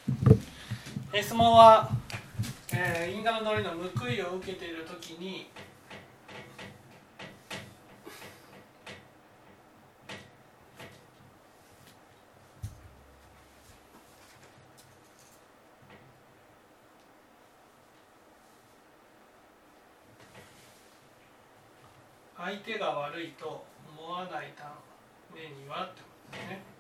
質問は、因果の道理の報いを受けているときに相手が悪いと思わないためにはってことですね。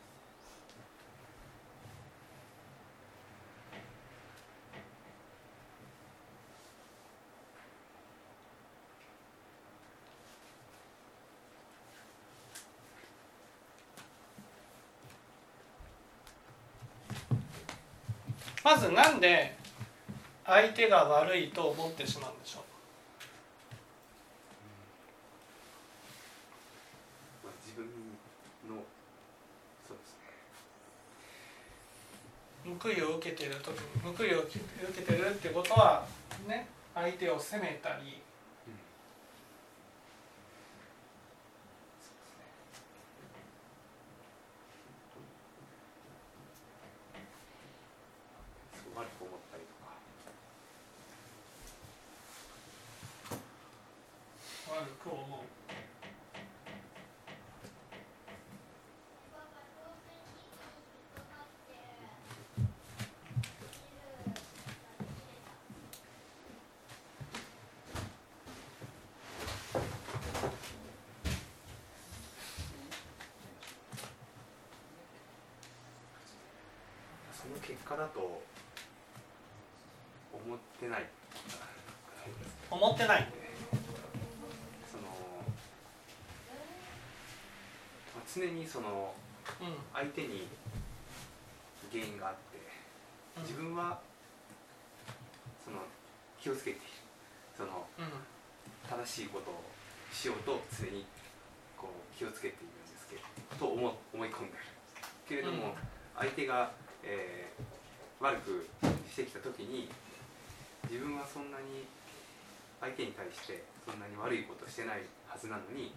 まずなんで相手が悪いと思ってしまうんでしょう。 自分のそうですね。 報いを受けているときに報いを受けているっていうことはね、相手を責めたり、 悪く思ったりとか悪く思う。 その結果だと思ってない。 思ってない。 常にその相手に原因があって、自分はその気をつけている、その正しいことをしようと常にこう気をつけているんですけどと思い込んでいるけれども、相手が、悪くしてきた時に自分はそんなに相手に対してそんなに悪いことしてないはずなのに、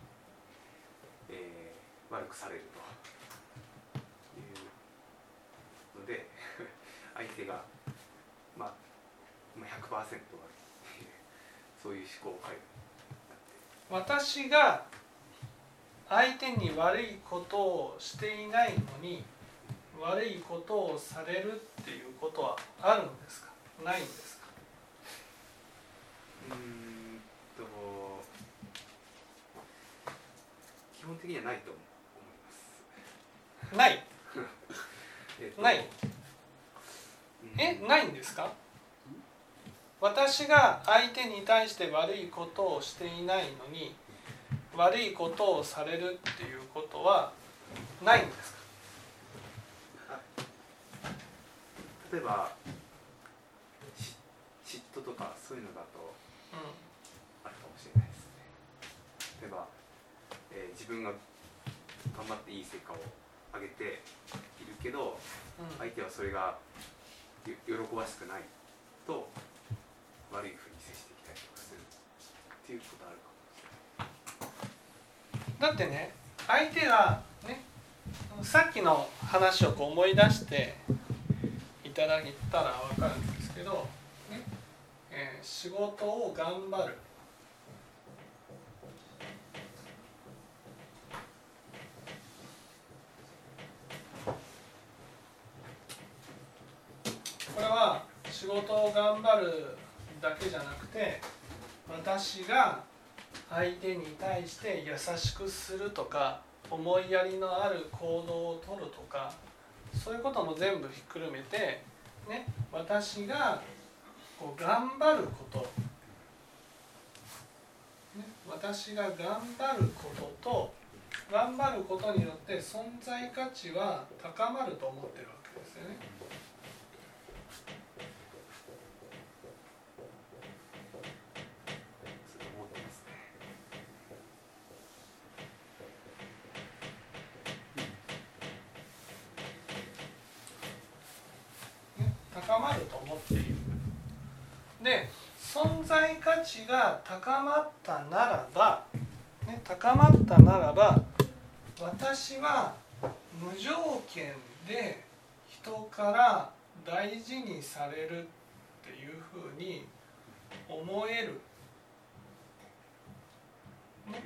悪くされるというので相手が、100% 悪いっていうそういう思考回路になって、 私が相手に悪いことをしていないのに悪いことをされるっていうことはあるんですか、ないんですか。 基本的にはないと思います。 ない。ない。ないんですか。私が相手に対して悪いことをしていないのに悪いことをされるっていうことはないんですか。 例えば嫉妬とかそういうのだとあるかもしれないですね。例えば、自分が頑張っていい成果を上げているけど、相手はそれが喜ばしくないと悪いふうに接してきたりとかするっていうことあるかもしれない。 だってね、相手がね、さっきの話をこう思い出していただいたら分かるんですけど、ね、仕事を頑張る。これは仕事を頑張るだけじゃなくて、私が相手に対して優しくするとか思いやりのある行動をとるとか、そういうことも全部ひっくるめて、ね、私がこう頑張ること、ね、私が頑張ることと頑張ることによって存在価値は高まると思ってるわけですよね。高まると思っている。で、存在価値が高まったならば、ね、高まったならば、私は無条件で人から大事にされるっていうふうに思える、ね、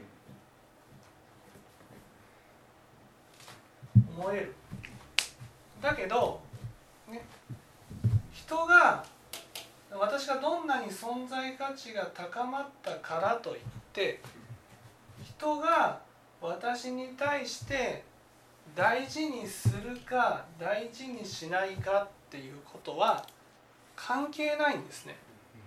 思える。だけど、ね、人が私がどんなに存在価値が高まったからといって人が私に対して大事にするか大事にしないかっていうことは関係ないんですね。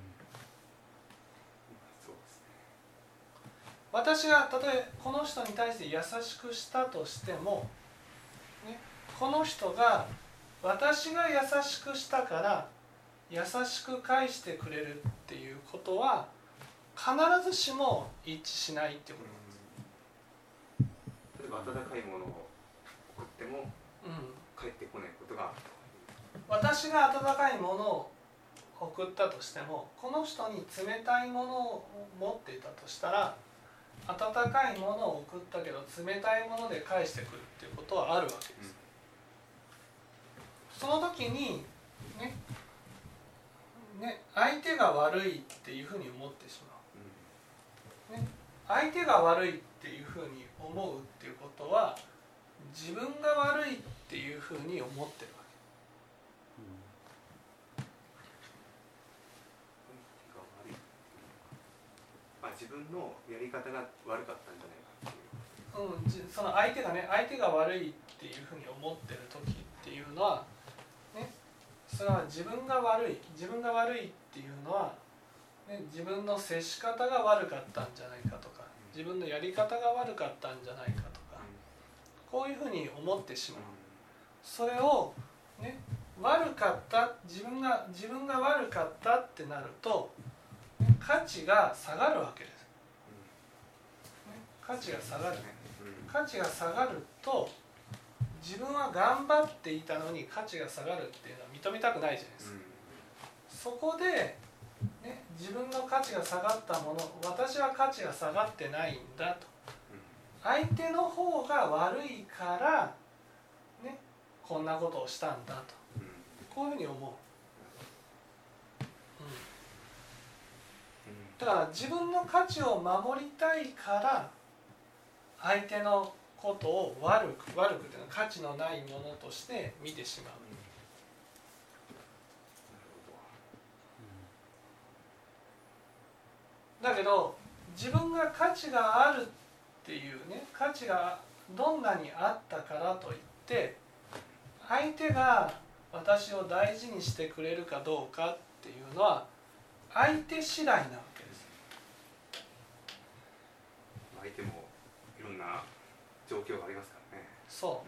私がたとえこの人に対して優しくしたとしても、ね、この人が私が優しくしたから優しく返してくれるっていうことは必ずしも一致しないってことなんです。 例えば温かいものを送っても返ってこないことがあると。 私が温かいものを送ったとしてもこの人に冷たいものを持っていたとしたら温かいものを送ったけど冷たいもので返してくるっていうことはあるわけです。その時にね、相手が悪いっていうふうに思ってしまう、ね、相手が悪いっていうふうに思うっていうことは自分が悪いっていうふうに思ってるわけ。自分のやり方が悪かったんじゃないかっていう、 その相手が悪いっていうふうに思ってる時っていうのはね、それは自分が悪いっていうのは、ね、自分の接し方が悪かったんじゃないかとか自分のやり方が悪かったんじゃないかとかこういうふうに思ってしまう。それを、ね、悪かった自分が悪かったってなると価値が下がるわけです、ね、価値が下がると自分は頑張っていたのに価値が下がるっていうのは認めたくないじゃないですか、そこで、ね、自分の価値が下がったもの私は価値が下がってないんだと相手の方が悪いから、ね、こんなことをしたんだとこういうふうに思う、だから自分の価値を守りたいから相手のことを悪くというのは価値のないものとして見てしまう、だけど自分が価値があるっていうね価値がどんなにあったからといって相手が私を大事にしてくれるかどうかっていうのは相手次第なわけです。 相手もいろんな状況がありますからね。 そう、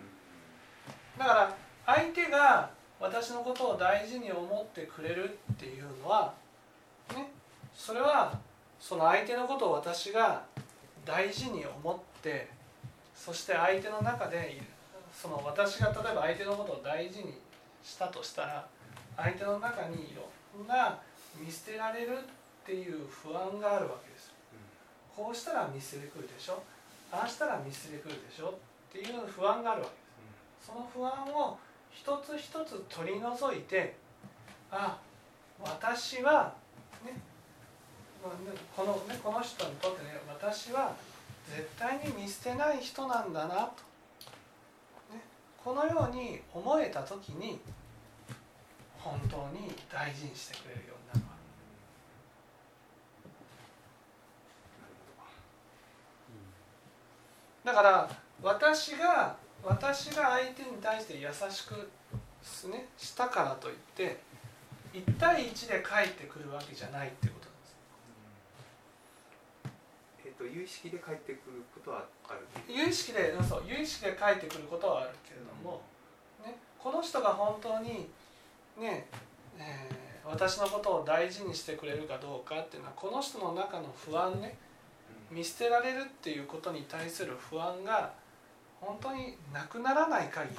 だから相手が私のことを大事に思ってくれるっていうのはねそれはその相手のことを私が大事に思ってそして相手の中でその私が例えば相手のことを大事にしたとしたら相手の中にいろんな見捨てられるっていう不安があるわけです、こうしたら見捨ててくるでしょああしたら見捨ててくるでしょっていう不安があるわけです、その不安を一つ一つ取り除いて私はねこの人にとってね私は絶対に見捨てない人なんだなと、ね、このように思えた時に本当に大事にしてくれるようになるわけ。だから私が相手に対して優しく、ね、したからといって1対1で返ってくるわけじゃないっていうことなんです。 有意識で返ってくることはある。 有意識で返ってくることはあるけれども、ね、この人が本当にね、私のことを大事にしてくれるかどうかっていうのはこの人の中の不安ね、見捨てられるっていうことに対する不安が本当になくならない限り、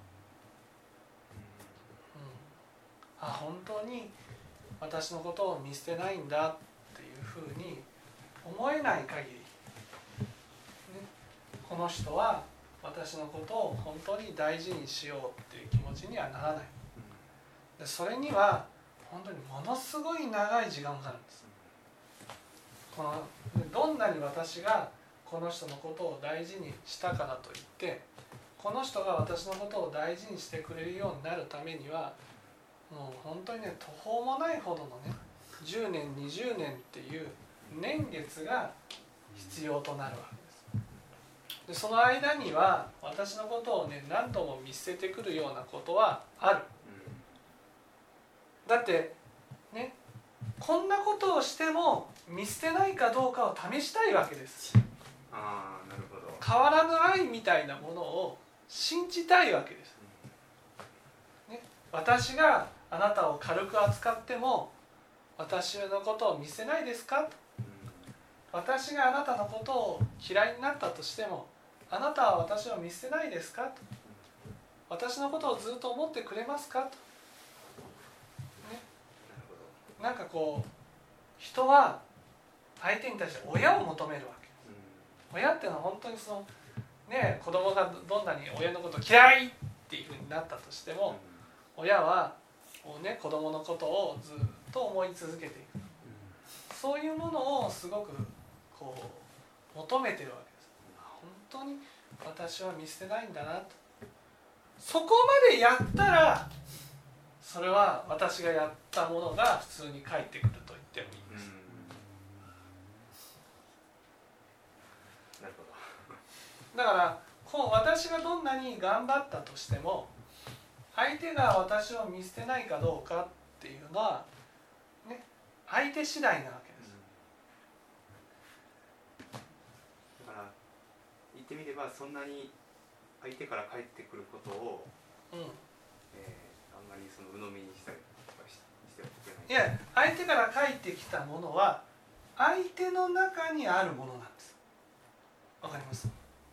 本当に私のことを見捨てないんだっていうふうに思えない限り、ね、この人は私のことを本当に大事にしようっていう気持ちにはならない。 でそれには本当にものすごい長い時間がかかるんです。どんなに私がこの人のことを大事にしたからといってこの人が私のことを大事にしてくれるようになるためにはもう本当にね途方もないほどのね10年20年っていう年月が必要となるわけです。でその間には私のことをね何度も見捨ててくるようなことはある。だってねこんなことをしても見捨てないかどうかを試したいわけです。 ああ、なるほど。 変わらぬ愛みたいなものを信じたいわけです、ね、私があなたを軽く扱っても私のことを見捨てないですかと。私があなたのことを嫌いになったとしてもあなたは私を見捨てないですかと。私のことをずっと思ってくれますかと、ね、なんかこう人は相手に対して親を求めるわけです。親っていうのは本当にそのね子供がどんなに親のことを嫌いっていうふうになったとしても親はね子供のことをずっと思い続けていく。そういうものをすごくこう求めてるわけです。本当に私は見捨てないんだなと。そこまでやったらそれは私がやったものが普通に返ってくると言ってもいいです。 なるほど。 だから私がどんなに頑張ったとしても相手が私を見捨てないかどうかっていうのは、ね、相手次第なわけです。 だから言ってみればそんなに相手から返ってくることを、あんまりその鵜呑みにしたりとかしてはいけない。 いや相手から返ってきたものは相手の中にあるものなんです。わかります？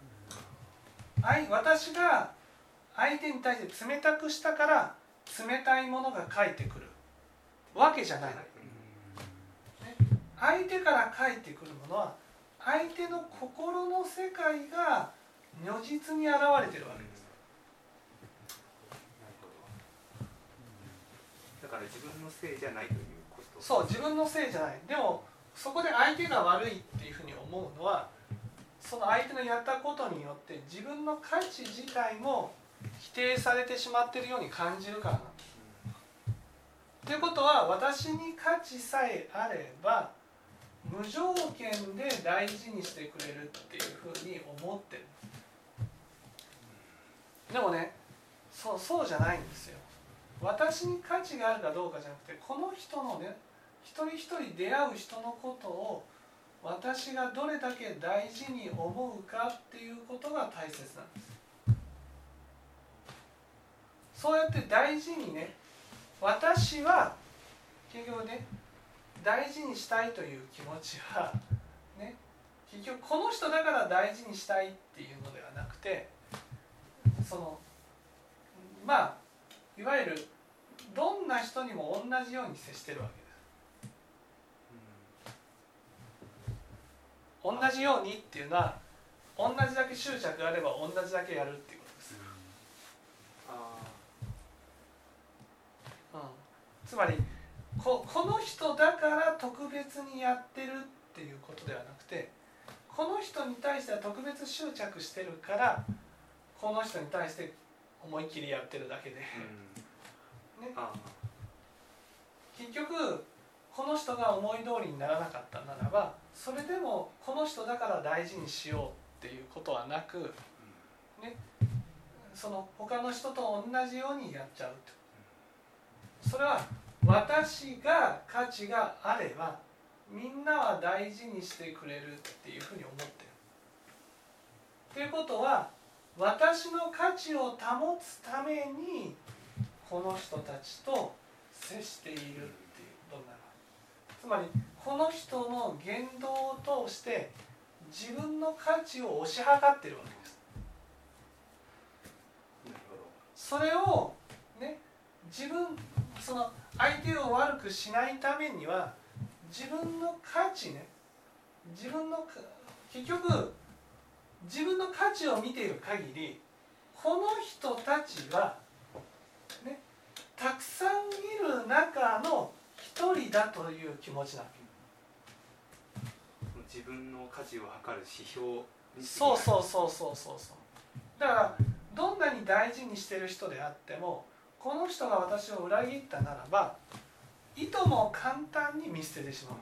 私が相手に対して冷たくしたから冷たいものが返ってくるわけじゃない、ね、相手から返ってくるものは相手の心の世界が如実に現れているわけです。 なるほど。だから自分のせいじゃないということ。 そう、自分のせいじゃない。でもそこで相手が悪いっていうふうに思うのはその相手のやったことによって自分の価値自体も否定されてしまっているように感じるからなんです。ということは私に価値さえあれば無条件で大事にしてくれるっていうふうに思ってる。でもね、そうじゃないんですよ。私に価値があるかどうかじゃなくてこの人のね一人一人出会う人のことを私がどれだけ大事に思うかっていうことが大切なんです。そうやって大事にね私は結局ね大事にしたいという気持ちはね結局この人だから大事にしたいっていうのではなくていわゆるどんな人にも同じように接してるわけです。同じようにっていうのは同じだけ執着があれば同じだけやるっていうことです。つまりこの人だから特別にやってるっていうことではなくてこの人に対しては特別執着してるからこの人に対して思いっきりやってるだけで、ね、結局この人が思い通りにならなかったならばそれでもこの人だから大事にしようっていうことはなく、ね、その他の人と同じようにやっちゃうと。それは私が価値があればみんなは大事にしてくれるっていうふうに思ってる。ということは私の価値を保つためにこの人たちと接しているっていうことになる。つまりこの人の言動を通して自分の価値を推し量っているわけです。それをねその相手を悪くしないためには自分の価値ね結局自分の価値を見ている限りこの人たちはねたくさんる中の一人だという気持ちなの。 自分の価値を測る指標に。 そうだからどんなに大事にしてる人であっても、この人が私を裏切ったならばいとも簡単に見捨ててしまう。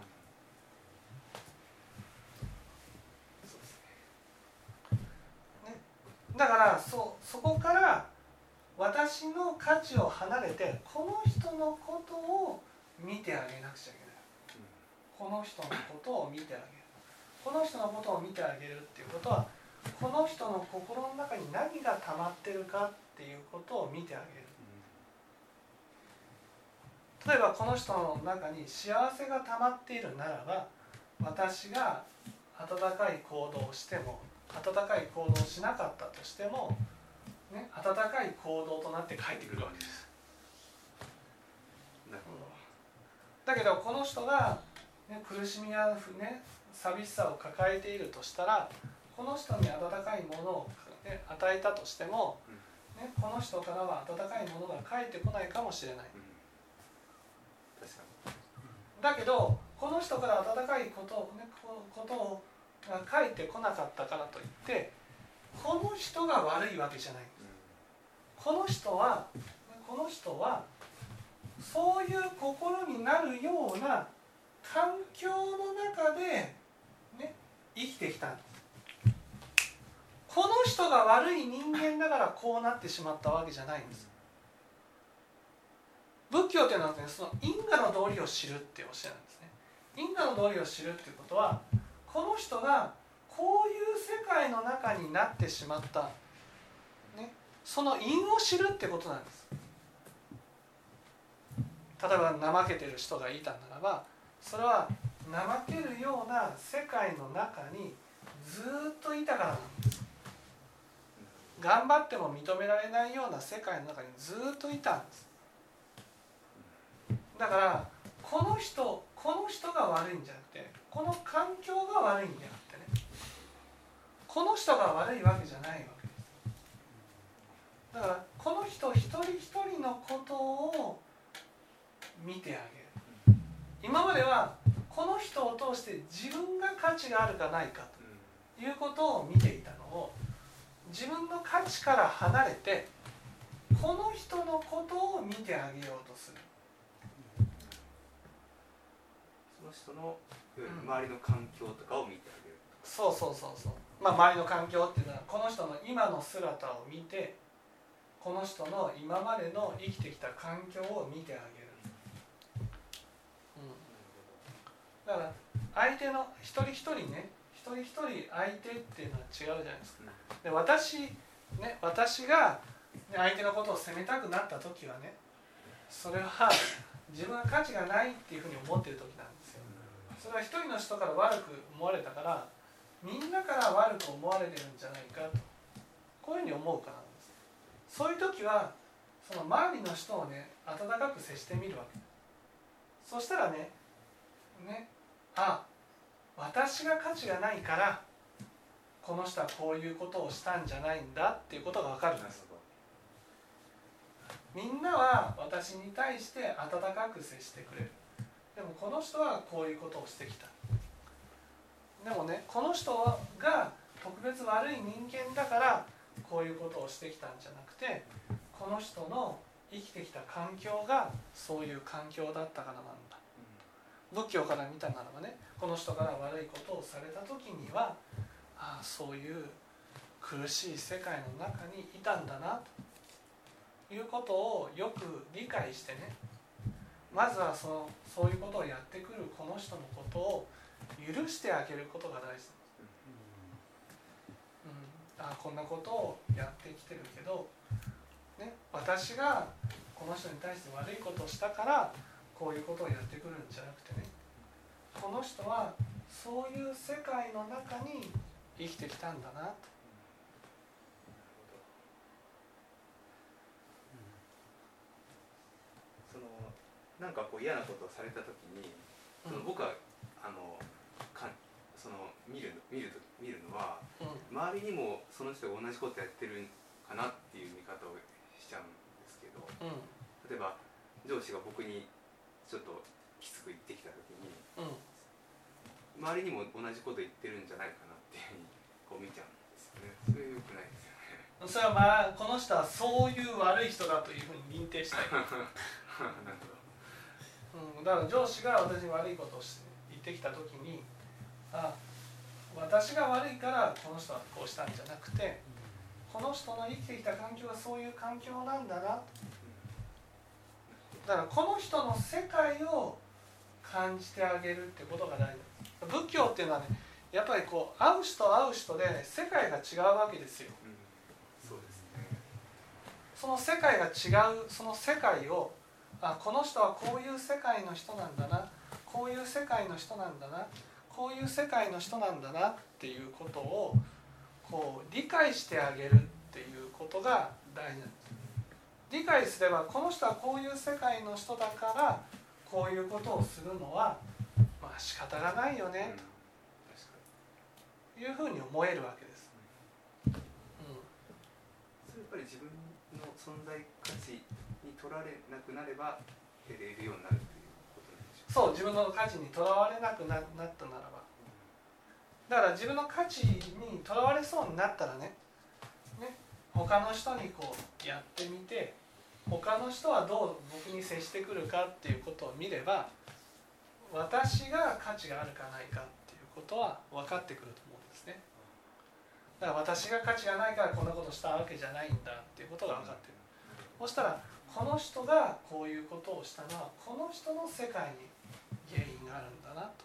だからそこから私の価値を離れてこの人のことを見てあげなくちゃいけない。この人のことを見てあげる。この人のことを見てあげるっていうことは、この人の心の中に何が溜まってるかっていうことを見てあげる。例えばこの人の中に幸せが溜まっているならば、私が温かい行動をしても温かい行動をしなかったとしても、ね、温かい行動となって帰ってくるわけです。 なるほど。 だけどこの人が、ね、苦しみや、ね、寂しさを抱えているとしたら、この人に温かいものを、ね、与えたとしても、ね、この人からは温かいものが返ってこないかもしれない。 確かに。 だけどこの人から温かいことをが返ってこなかったからといってこの人が悪いわけじゃないんです。この人はそういう心になるような環境の中で、ね、生きてきたんです。この人が悪い人間だからこうなってしまったわけじゃないんです。仏教というのは、ね、その因果の道理を知るっていう教えなんですね。因果の道理を知るっていうことは、この人がこういう世界の中になってしまった、ね、その因を知るってことなんです。例えば怠けてる人がいたならば、それは怠けるような世界の中にずっといたからなんです。頑張っても認められないような世界の中にずっといたんです。だからこの人が悪いんじゃなくて、この環境が悪いんじゃなくてね、この人が悪いわけじゃないわけです。だからこの人一人一人のことを見てあげる。今まではこの人を通して自分が価値があるかないかということを見ていたのを、自分の価値から離れてこの人のことを見てあげようとする。 その人の周りの環境とかを見てあげる。 そう、周りの環境っていうのはこの人の今の姿を見て、この人の今までの生きてきた環境を見てあげる。だから相手の一人一人ね、一人一人相手っていうのは違うじゃないですか。で私が相手のことを責めたくなった時はね、それは自分が価値がないっていうふうに思っている時なんですよ。それは一人の人から悪く思われたから、みんなから悪く思われてるんじゃないかと、こういうふうに思うからなんです。そういう時はその周りの人をね、温かく接してみるわけ。そしたらね、私が価値がないからこの人はこういうことをしたんじゃないんだっていうことが分かるんです。みんなは私に対して温かく接してくれる。でもこの人はこういうことをしてきた。でもね、この人が特別悪い人間だからこういうことをしてきたんじゃなくて、この人の生きてきた環境がそういう環境だったからなんだ。仏教から見たならばね、この人から悪いことをされた時には、そういう苦しい世界の中にいたんだなということをよく理解してね、まずはそういうことをやってくるこの人のことを許してあげることが大事です。こんなことをやってきてるけど、ね、私がこの人に対して悪いことをしたからこういうことをやってくるんじゃなくてね、この人はそういう世界の中に生きてきたんだなと。 なんかこう嫌なことをされた時に、僕は見るのは、周りにもその人が同じことやってるかなっていう見方をしちゃうんですけど、例えば上司が僕にちょっときつく言ってきた時に、 うん、 周りにも同じこと言ってるんじゃないかなっていうふうにこう見ちゃうんですよね。それ良くないですよね。 それはまあこの人はそういう悪い人だというふうに認定したい。 なるほど。 だから上司が私に悪いことを言ってきた時に、私が悪いからこの人はこうしたんじゃなくて、この人の生きてきた環境はそういう環境なんだな。だからこの人の世界を感じてあげるってことが大事。仏教っていうのはね、やっぱりこう会う人会う人で世界が違うわけですよ。 そうですね。 その世界が違う、その世界をこの人はこういう世界の人なんだな、こういう世界の人なんだな、こういう世界の人なんだなっていうことをこう理解してあげるっていうことが大事なんです。理解すればこの人はこういう世界の人だからこういうことをするのはまあ仕方がないよねというふうに思えるわけです。 それやっぱり自分の存在価値に取られなくなれば得れるようになるということなんでしょうか。 そう、自分の価値にとらわれなくなったならば、だから自分の価値にとらわれそうになったらね、他の人にこうやってみて、他の人はどう僕に接してくるかっていうことを見れば、私が価値があるかないかっていうことは分かってくると思うんですね。だから私が価値がないからこんなことしたわけじゃないんだっていうことが分かってる。そしたらこの人がこういうことをしたのはこの人の世界に原因があるんだなと。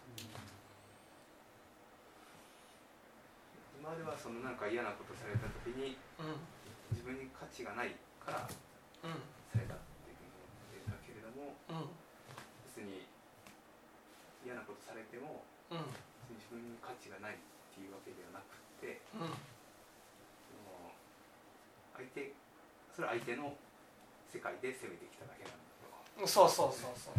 今まではそのなんか嫌なことされた時に、自分に価値がないからされたっていうふうに思ってたけれども、別に嫌なことされても、自分に価値がないっていうわけではなくて、それは相手の世界で攻めてきただけなんだと。 そうそうそうそう。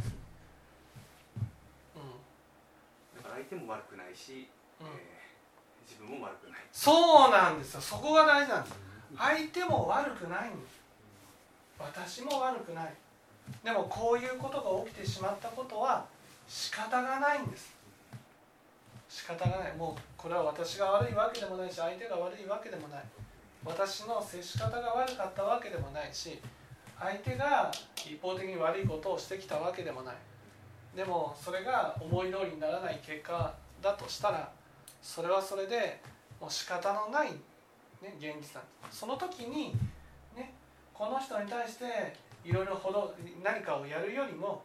だから相手も悪くないし、自分も悪くない。 そうなんですよ。そこが大事なんです。相手も悪くないんです。私も悪くない。でもこういうことが起きてしまったことは仕方がないんです。仕方がない。もうこれは私が悪いわけでもないし、相手が悪いわけでもない。私の接し方が悪かったわけでもないし、相手が一方的に悪いことをしてきたわけでもない。でもそれが思い通りにならない結果だとしたら、それはそれでもう仕方のない、現実なんです。その時に、この人に対していろいろ何かをやるよりも、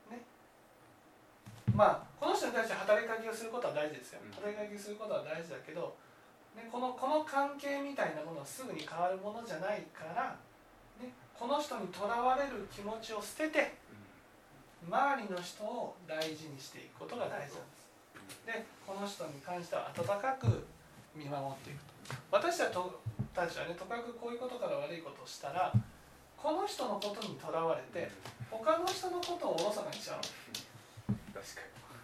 この人に対して働きかけをすることは大事ですよ。働きかけをすることは大事だけど、この関係みたいなものはすぐに変わるものじゃないから、この人にとらわれる気持ちを捨てて、周りの人を大事にしていくことが大事なんです。で、この人に関しては温かく見守っていくと。私たちはね、とかくこういうことから悪いことをしたら、この人のことにとらわれて、他の人のことをおろそかにしちゃう。 確か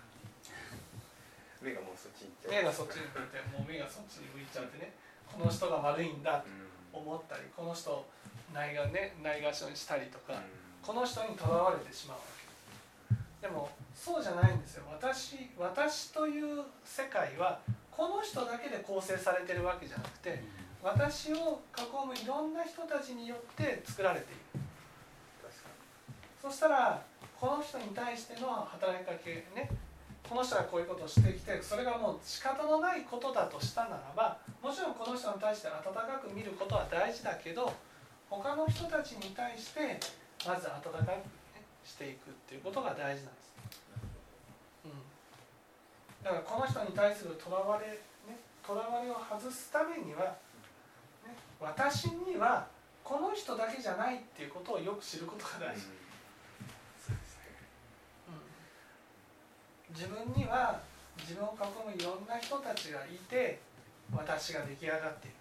に。目がもうそっちに行っちゃう。 目がそっちに向いて、もう目がそっちに向いちゃってね、この人が悪いんだと思ったり、この人をないがしろにしたりとか、この人にとらわれてしまうわけ。でもそうじゃないんですよ。私という世界はこの人だけで構成されてるわけじゃなくて、私を囲むいろんな人たちによって作られている。そしたらこの人に対しての働きかけこの人がこういうことをしてきて、それがもう仕方のないことだとしたならば、もちろんこの人に対して温かく見ることは大事だけど、他の人たちに対してまず温かく、していくっていうことが大事なんです。だからこの人に対するとらわれを外すためには、私にはこの人だけじゃないっていうことをよく知ることが大事。自分には自分を囲むいろんな人たちがいて、私が出来上がっている。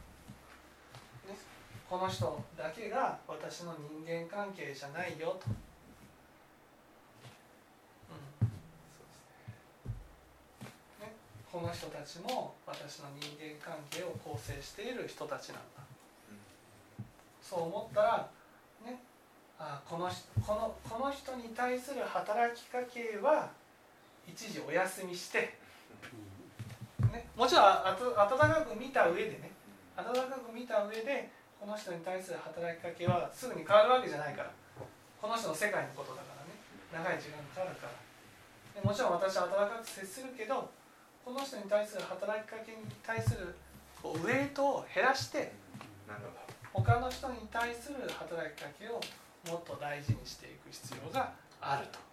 この人だけが私の人間関係じゃないよと。この人たちも私の人間関係を構成している人たちなんだ。そう思ったら、 この人に対する働きかけは一時お休みして、ね、もちろん温かく見た上でね、温かく見た上でこの人に対する働きかけはすぐに変わるわけじゃないから、この人の世界のことだからね、長い時間かかるから。でもちろん私は温かく接するけど、この人に対する働きかけに対するウェイトを減らして、他の人に対する働きかけをもっと大事にしていく必要があると。